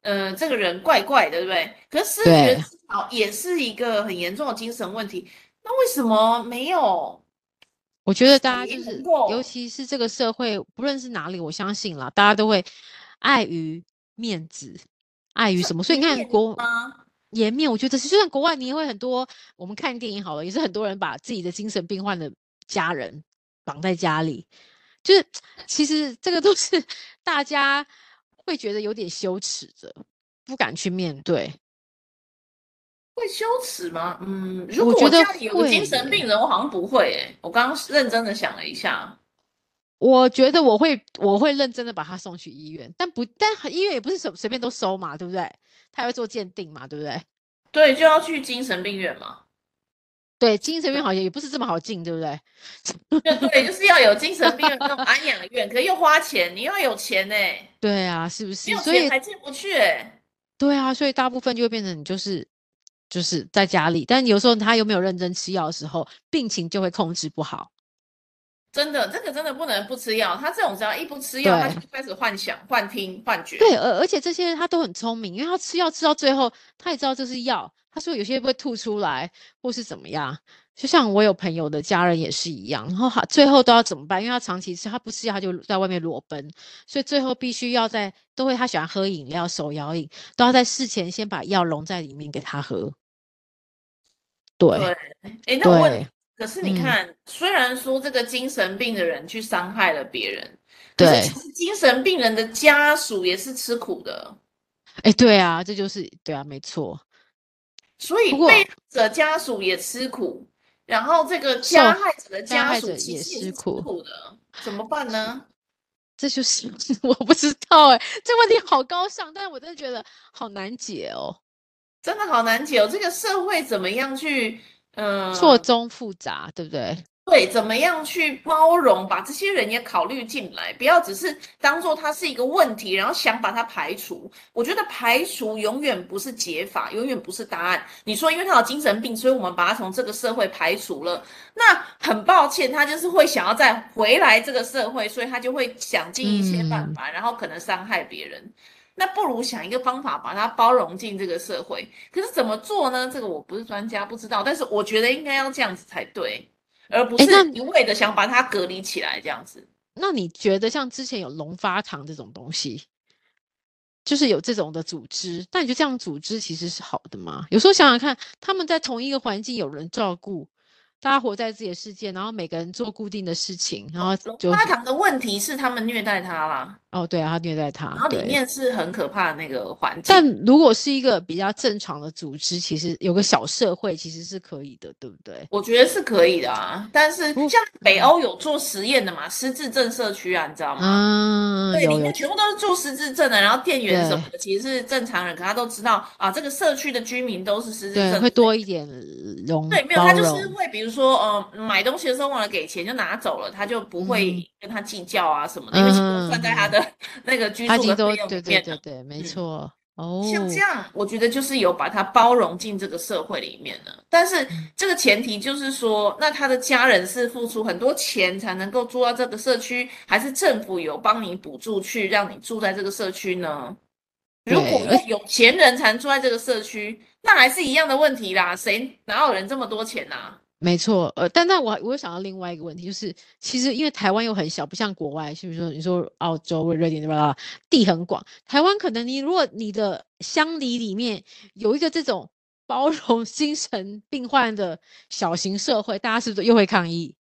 这个人怪怪的，对不对？可是失觉对， 失调也是一个很严重的精神问题，那为什么没有我觉得大家谁能就是，尤够？ 其是这个社会，不论是哪里，我相信啦，大家都会碍于面子，碍于是什么？所以你看颜面吗？ 颜面，我觉得是就像国外，你也会很多，我们看电影好了，也是很多人把自己的精神病患的家人绑在家里，就是其实这个都是大家会觉得有点羞耻的，不敢去面对。 会羞耻吗？如果我我觉得家里有个精会耶。 神病人，我好像不会诶。我刚刚认真的想了一下， 我觉得我会认真的把他送去医院，但医院也不是随便都收嘛，对不对？他也会做鉴定嘛，对不对？ 对，就要去精神病院嘛。 对，精神病好像也不是这么好进，对不对？ 对，就是要有精神病院那种安养院，可是又花钱，你又要有钱呢， 对啊，是不没是？所以有钱还进不去诶。 对啊，所以大部分就会变成你就是在家里，但有时候他又没有认真吃药的时候，病情就会控制不好。 真的，这个真的不能不吃药。他这种只要一不吃药，他对就开始幻想、幻听、幻觉。 对，而且这些人他都很聪明，因为他吃药吃到最后，他也知道这是药。他说有些会吐出来，或是怎么样。就像我有朋友的家人也是一样，然后他最后都要怎么办？因为他长期吃，他不吃药他就在外面裸奔，所以最后必须要他喜欢喝饮料、手摇饮，都要在事前先把药溶在里面给他喝。 对， 对哎，那我问你， 对， 可是你嗯， 看，虽然说这个精神病的人去伤害了别人，可是其对， 实精神病人的家属也是吃苦的。 哎，对啊，这就是对啊，没错。 所以被不过害者家属也吃苦，然后这个加受害者的加家属害者也其实也是吃吃苦。 苦的，怎么办呢？ 这就是我不知道哎、这问题好高尚，但是我真的觉得好难解哦， 真的好难解哦，这个社会怎么样去，嗯、 错综复杂，对不对？ 对，怎么样去包容，把这些人也考虑进来，不要只是当做它是一个问题，然后想把它排除。我觉得排除永远不是解法，永远不是答案。你说，因为他有精神病，所以我们把他从这个社会排除了，那很抱歉，他就是会想要再回来这个社会，所以他就会想尽一切办嗯， 法，然后可能伤害别人。那不如想一个方法，把他包容进这个社会。可是怎么做呢？这个我不是专家，不知道，但是我觉得应该要这样子才对。而不哎， 是一味的想把它隔离起来这样子。 那你觉得像之前有龙发堂这种东西，就是有这种的组织，那你觉得这样组织其实是好的吗？有时候想想看，他们在同一个环境有人照顾，大家活在自己的世界，然后每个人做固定的事情，然后龙就是。 发堂的问题是他们虐待他啦， 哦，对啊，他虐待他， 然后里对。 面是很可怕的那个环但境。 如果是一个比较正常的组织，其实有个小社会其实是可以的，对不对？ 我觉得是可以的啊，但是不， 像北嗯欧有做实验的嘛，失智症社区啊，你知道吗？ 啊， 对，里有有， 面全部都是做失智症的，然后店员什么对的其实是正常人，可他都知道啊，这个社区的居民都是失智对， 症， 会多一点对，没有，他就是包容， 会，比如说，买东西的时候忘了给钱就拿走了，他就不嗯会跟他计较啊什么的，因为钱都算在他嗯嗯， 的那个居他已住的费经都对用里面了。 对对对，没嗯， 错， 像这哦， 样，我觉得就是有把他包容进这个社会里面了。但是嗯这个前提就是说，那他的家人是付出很多钱才能够住到这个社区，还是政府有帮你补助去让你住在这个社区呢？如果对， 要有钱人才能住在这个社区，那还是一样的问题啦。谁哪有人这么多钱呐、 没错，但我又想到另外一个问题，就是其实因为台湾又很小，不像国外，是不是说你说澳洲、瑞典对吧？地很广，台湾可能如果你的乡里里面有一个这种包容精神病患的小型社会，大家是不是又会抗议？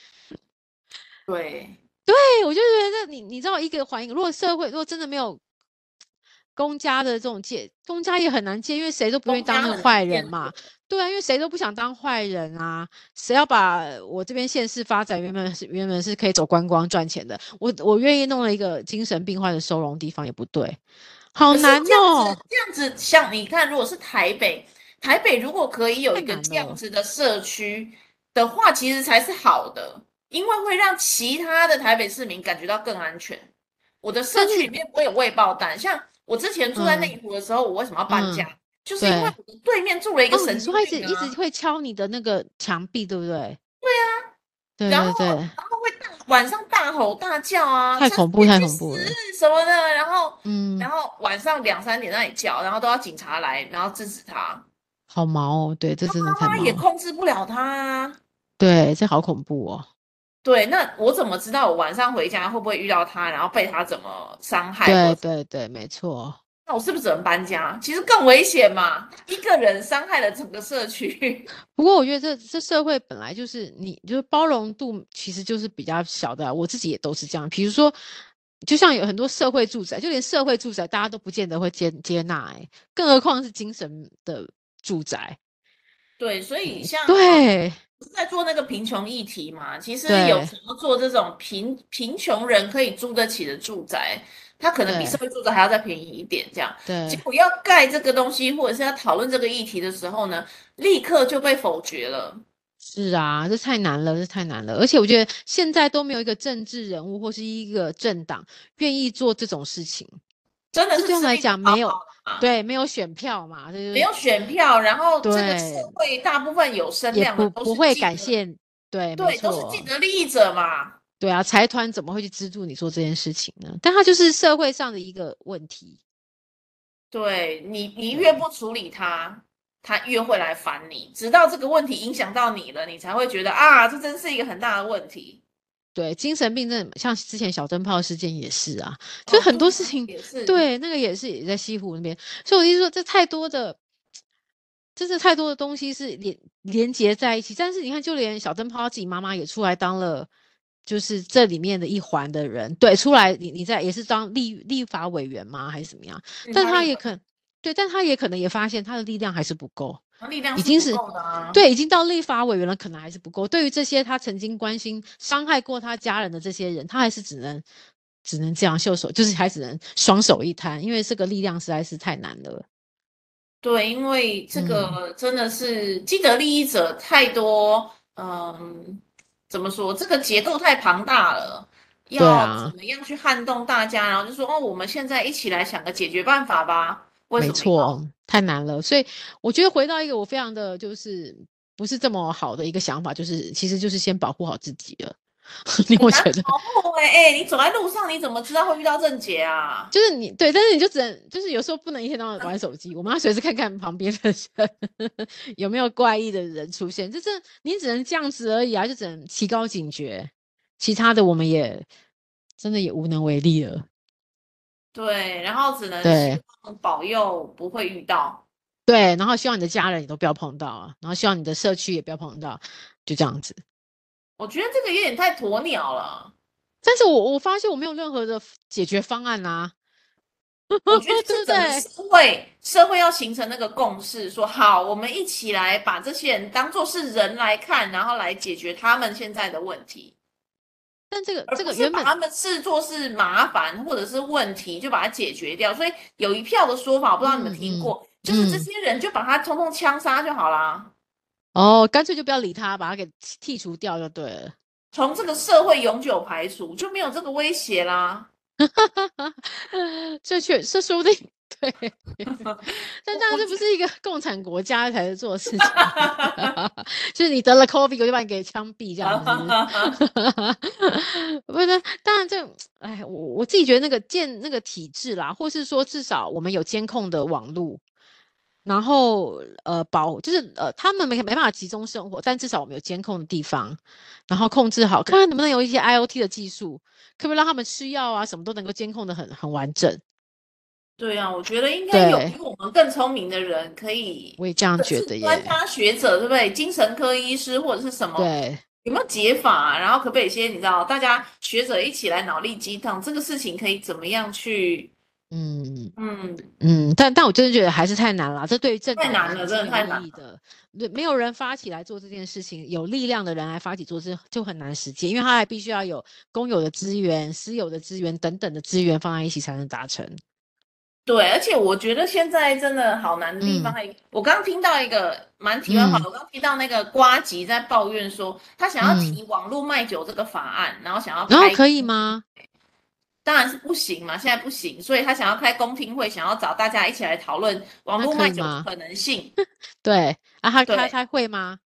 对， 对，我就觉得你知道一个环境，如果真的没有公家的这种戒，公家也很难戒，因为谁都不愿意公家当那个很难见。 坏人嘛。对啊，因为谁都不想当坏人啊，谁要把我这边县市发展原本是可以走观光赚钱的，我愿意弄了一个精神病患的收容地方也不对，好可是难哦， 这样子，像你看，如果是台北，台北如果可以有太一个这样难了。 子的社区的话，其实才是好的，因为会让其他的台北市民感觉到更安全。我的社但是， 区里面不会有未爆弹，像我之前住在内嗯湖的时候，我为什么要搬嗯， 家？就是因为对， 我的对面住了一个哦，你神经说他一直病啊。 一直会敲你的那个墙壁，对不对？ 对然后对对， 会晚上大吼大叫啊， 太恐怖太陈水去死恐怖了。 什么的，然嗯， 后晚上2、3点那里叫，然后都要警察来，然后制止他。 好毛哦，对，这真的太妈妈也毛了。 控制不了他啊。 对，这好恐怖哦。 对，那我怎么知道我晚上回家会不会遇到他，然后被他怎么伤害，或对者对对，没错。 那我是不是只能搬家？其实更危险嘛，一个人伤害了整个社区。 不过我觉得这社会本来就是你就是包容度其实就是比较小的啊，我自己也都是这样。比如说，就像有很多社会住宅，就连社会住宅大家都不见得会接纳，更何况是精神的住宅。 对，所以像对不是在做那个贫穷议题嘛，其实有对时候做这种贫穷人可以租得起的住宅，它可能比社对会住宅还要再便宜一点，这样。结对， 果要盖这个东西，或者是要讨论这个议题的时候呢，立刻就被否决了。 是啊，这太难了，这太难了。而且我觉得现在都没有一个政治人物或是一个政党愿意做这种事情。 真的这对他们来是吃力不讨好讲没有， 啊， 对，没有选票嘛，这就是没有选票，然后这个社对， 会大部分有声也量的不会都是既得， 感谢，对，没对，都是既错， 得利益者嘛。 对啊，财团怎么会去资助你做这件事情呢？但它就是社会上的一个问题， 对你越对不处理它，它越会来烦你，直到这个问题影响到你了，你才会觉得啊，这真是一个很大的问题。 对，精神病真的像之前小灯泡事件也是啊，就哦， 很对啊， 多事情， 也是。 对，那个也是也在西湖那边，所以我就说这太多的。真是太多的东西是连接在一起，但是你看，就连小灯泡自己妈妈也出来当了，就是这里面的一环的人，对，出来你在也是当立法委员吗，还是怎么样？但他立法对，但他也可能也发现他的力量还是不够， 力量已经是是不够的啊。 对，已经到立法委员了，可能还是不够。对于这些他曾经关心、伤害过他家人的这些人，他还是只能这样袖手，就是还只能双手一摊，因为这个力量实在是太难了。 对，因为这嗯， 个真的是既得利益者太多，怎么说？这个结构太庞大了，要怎对啊。 么样去撼动大家？然后就说哦，我们现在一起来想个解决办法吧。为没什么要？ 错，太难了。所以我觉得回到一个我非常的就是不是这么好的一个想法，就是其实就是先保护好自己了。你很难会觉得保护你走在路上，你怎么知道会遇到症结啊？ 就是你对，但是你就只能就是有时候不能一天到晚玩手机，我们要随时看看旁边的人有没有怪异的人出现，你只能这样子而已啊，就只能提高警觉，其他的我们也真的也无能为力了。 对，然后只能希对望保佑不会遇到。 对，然后希望你的家人也都不要碰到啊，然后希望你的社区也不要碰到，就这样子。 我觉得这个有点太鸵鸟了。 但是我发现我没有任何的解决方案啊， 我觉得对是整个不对？ 社会要形成那个共识，说好，我们一起来把这些人当做是人来看，然后来解决他们现在的问题， 但这个而不是这个原本把他们视作是麻烦或者是问题就把它解决掉。所以有一票的说法，我不知道你们嗯嗯听过，就是这嗯， 些人就把他通通枪杀就好啦， 哦，干脆就不要理他，把他给剔除掉就对了。 从这个社会永久排除，就没有这个威胁啦。 这说不定对，但当然这不我我觉是一个共产国家才能做的事情，就是你得了 COVID，我就把你给枪毙这样子。 得。 不是，当然哎，我自己觉得建那个体制啦，或是说至少我们有监控的网络，然后就是他们没办法集中生活，但至少我们有监控的地方，然后控制好，看看能不能有一些 IOT 的技术，可不可以让他们吃药啊，什么都能够监控的很完整。 对啊，我觉得应该有对， 比我们更聪明的人，可以， 我也这样或者是觉得耶。 专家学者，对不对？精神科医师或者是什么， 对， 有没有解法啊？然后可不可以先，你知道，大家学者一起来脑力激荡，这个事情可以怎么样去？ 嗯嗯， 但我真的觉得还是太难了，这对于政党来太难了，真的讲是没有太难了。 意义的。对，没有人发起来做这件事情，有力量的人来发起做这就很难实践，因为他还必须要有公有的资源、私有的资源等等的资源放在一起才能达成。 对，而且我觉得现在真的好难的地方嗯还，我刚听到一个蛮题外话的， 嗯我刚听到那个瓜吉在抱怨说，他想要嗯， 提网络卖酒这个法案，然后想要开然后可以吗？ 当然是不行嘛，现在不行，所以他想要开公听会，想要找大家一起来讨论网那络卖可以吗？ 酒的可能性。 对啊，他他对， 他会吗？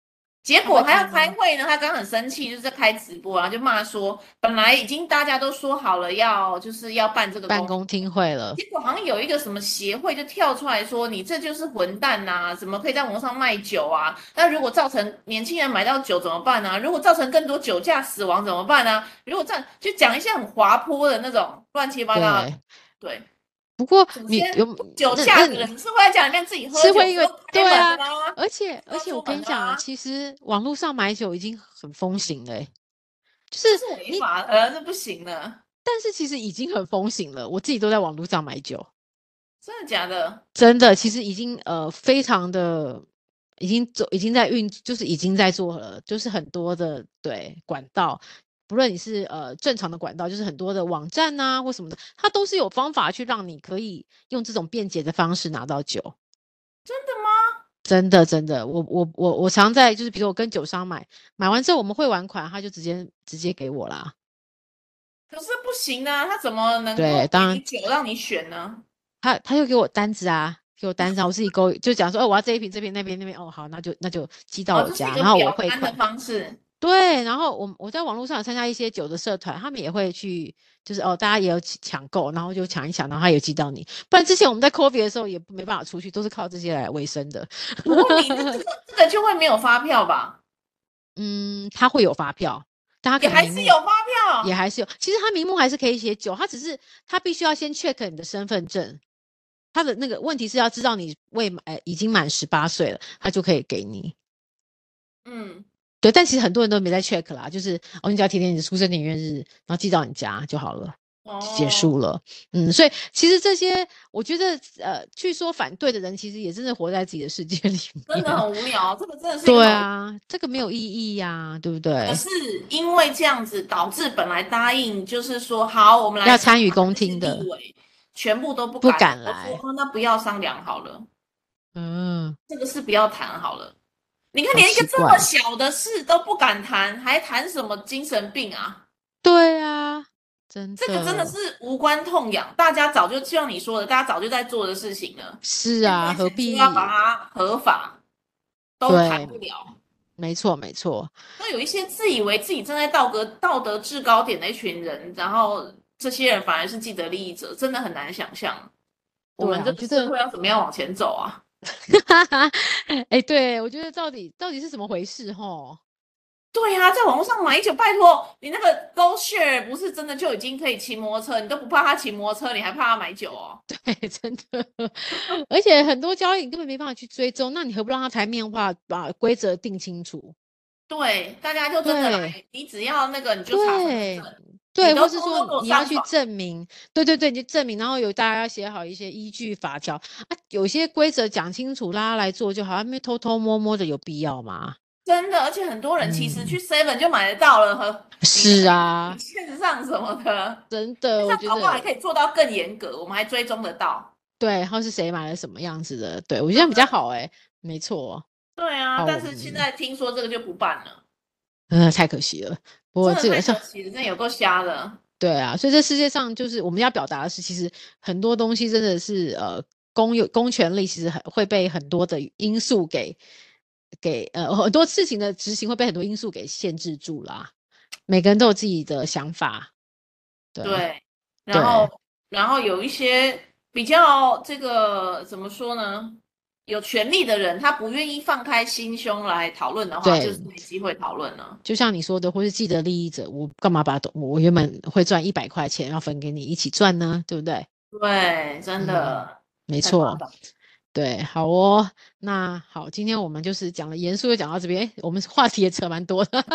结果他要他会听吗？ 开会呢，他刚很生气，就是在开直播，然后就骂说，本来已经大家都说好了就是要办这个公听会， 办公听会了。 结果好像有一个什么协会就跳出来说，你这就是混蛋呐、怎么可以在网络上卖酒啊？那如果造成年轻人买到酒怎么办呢、如果造成更多酒驾死亡怎么办呢、如果这样就讲一些很滑坡的那种乱七八糟的， 对， 对。 不过首你有先不酒驾的那人是会在家里面自己喝酒， 是会因为不用开对啊， 门啊， 而且我不用出跟你讲， 门啊， 其实网络上买酒已经很风行了就是这是违你， 法的，这不行的， 但是其实已经很风行了。我自己都在网络上买酒， 真的假的？ 真的，其实已经非常的，已经在就是已经在做了，就是很多的对管道，不论你是正常的管道，就是很多的网站啊或什么的，它都是有方法去让你可以用这种便捷的方式拿到酒。 真的吗？ 真的真的，我常在就是比如我跟酒商买完之后我们汇完款，他就直接给我啦。 可是不行啊，他怎么能对， 够给当然你酒让你选呢？ 他就给我单子啊，给我单子啊，我自己勾，就讲说，我要这一瓶，这边那边那边，哦，好，那就寄到哦， 我家， 这是一个然后我表单的汇款。 方式。 对，然后我在网络上有参加一些酒的社团，他们也会去，就是大家也有抢购，然后就抢一抢，然后他也寄到你。不然之前我们在 COVID 的时候也没办法出去，都是靠这些来维生的。 我问你，那这个就会没有发票吧？ 嗯，他会有发票，但他可也能名目还是有发票。 也还是有，其实他名目还是可以写酒，他只是他必须要先 check 你的身份证，他的那个问题是要知道你已经满18岁了，他就可以给你。 嗯， 对，但其实很多人都没在 check 啦，就是你只要填填你的出生年月日，然后寄到你家就好了，结哦， 束了。所以其实这些，我觉得去说反对的人，其实也真的活在自己的世界里真的面。 很无聊，这个真的是一个对很无。 啊，这个没有意义呀、对不可对？ 是因为这样子，导致本来答应就是说好，我们来要商参与公量的那些听的立委，全部都不不敢了，都说敢来， 哦，那不要商量好了， 嗯， 这个事不要谈好了。你看， 好连一个这么奇怪。 小的事都不敢谈，还谈什么精神病啊？ 对啊，真这个真的的是无关痛痒，大家早就像你说的，大家早就在做的事情了。现是啊，何在想说要把必？ 它合法，都谈对， 不了。 没错没错。 那有一些自以为自己站在道德制高点的一群人，然后这些人反而是既得利益者，真的很难想象我对啊， 们这个我觉得， 社会要怎么样往前走啊？ 哎，对，我觉得到底是怎么回事吼？ 对呀、在网络上买酒，拜托你那个 GoShare 不是真的就已经可以骑摩托车，你都不怕他骑摩托车，你还怕他买酒哦？ 对，真的，而且很多交易你根本没办法去追踪，那你何不让它台面化，把规则定清楚？ 对，大家就真的对来，你只要那个你就查身份对证，你对，或是说都偷偷给我你要去上传。 证明，对对对，你就证明，然后大家要写好一些依据法条啊，有些规则讲清楚，大家来做就好，还没偷偷摸摸的有必要吗？ 真的，而且很多人其实去嗯， Seven 就买得到了，和你那是个啊， 线上什么的， 真的，我线上搞不好还觉得可以做到更严格，我们还追踪得到。 对，然后是谁买了什么样子的，对我觉得这样比较对不对？ 好哎，没错， 对啊， 好， 但是现在听说这个就不办了， 太可惜了，不过真的太这个上。 可惜了，真的有够瞎的。 对啊，所以这世界上就是我们要表达的是，其实很多东西真的是公权力其实会被很多的因素很多事情的执行会被很多因素给限制住啦。每个人都有自己的想法，对对，然对后有一些比较这个怎么说呢？有权利的人，他不愿意放开心胸来讨论的话，就是对， 没机会讨论了。 就像你说的，或是既得利益者，我干嘛把我原本会赚100块钱要分给你一起赚呢？对不对？ 对，真的没错。 太夸张。 对，好哦，那好，今天我们就是讲了严肃，就讲到这边，我们话题也扯蛮多的，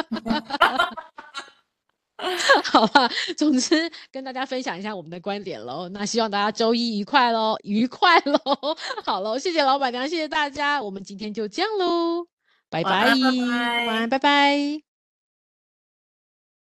好吧。总之跟大家分享一下我们的观点喽。那希望大家周一愉快喽，愉快喽。好喽，谢谢老板娘，谢谢大家，我们今天就这样喽，拜拜， 晚安，拜晚安， 拜。 拜拜。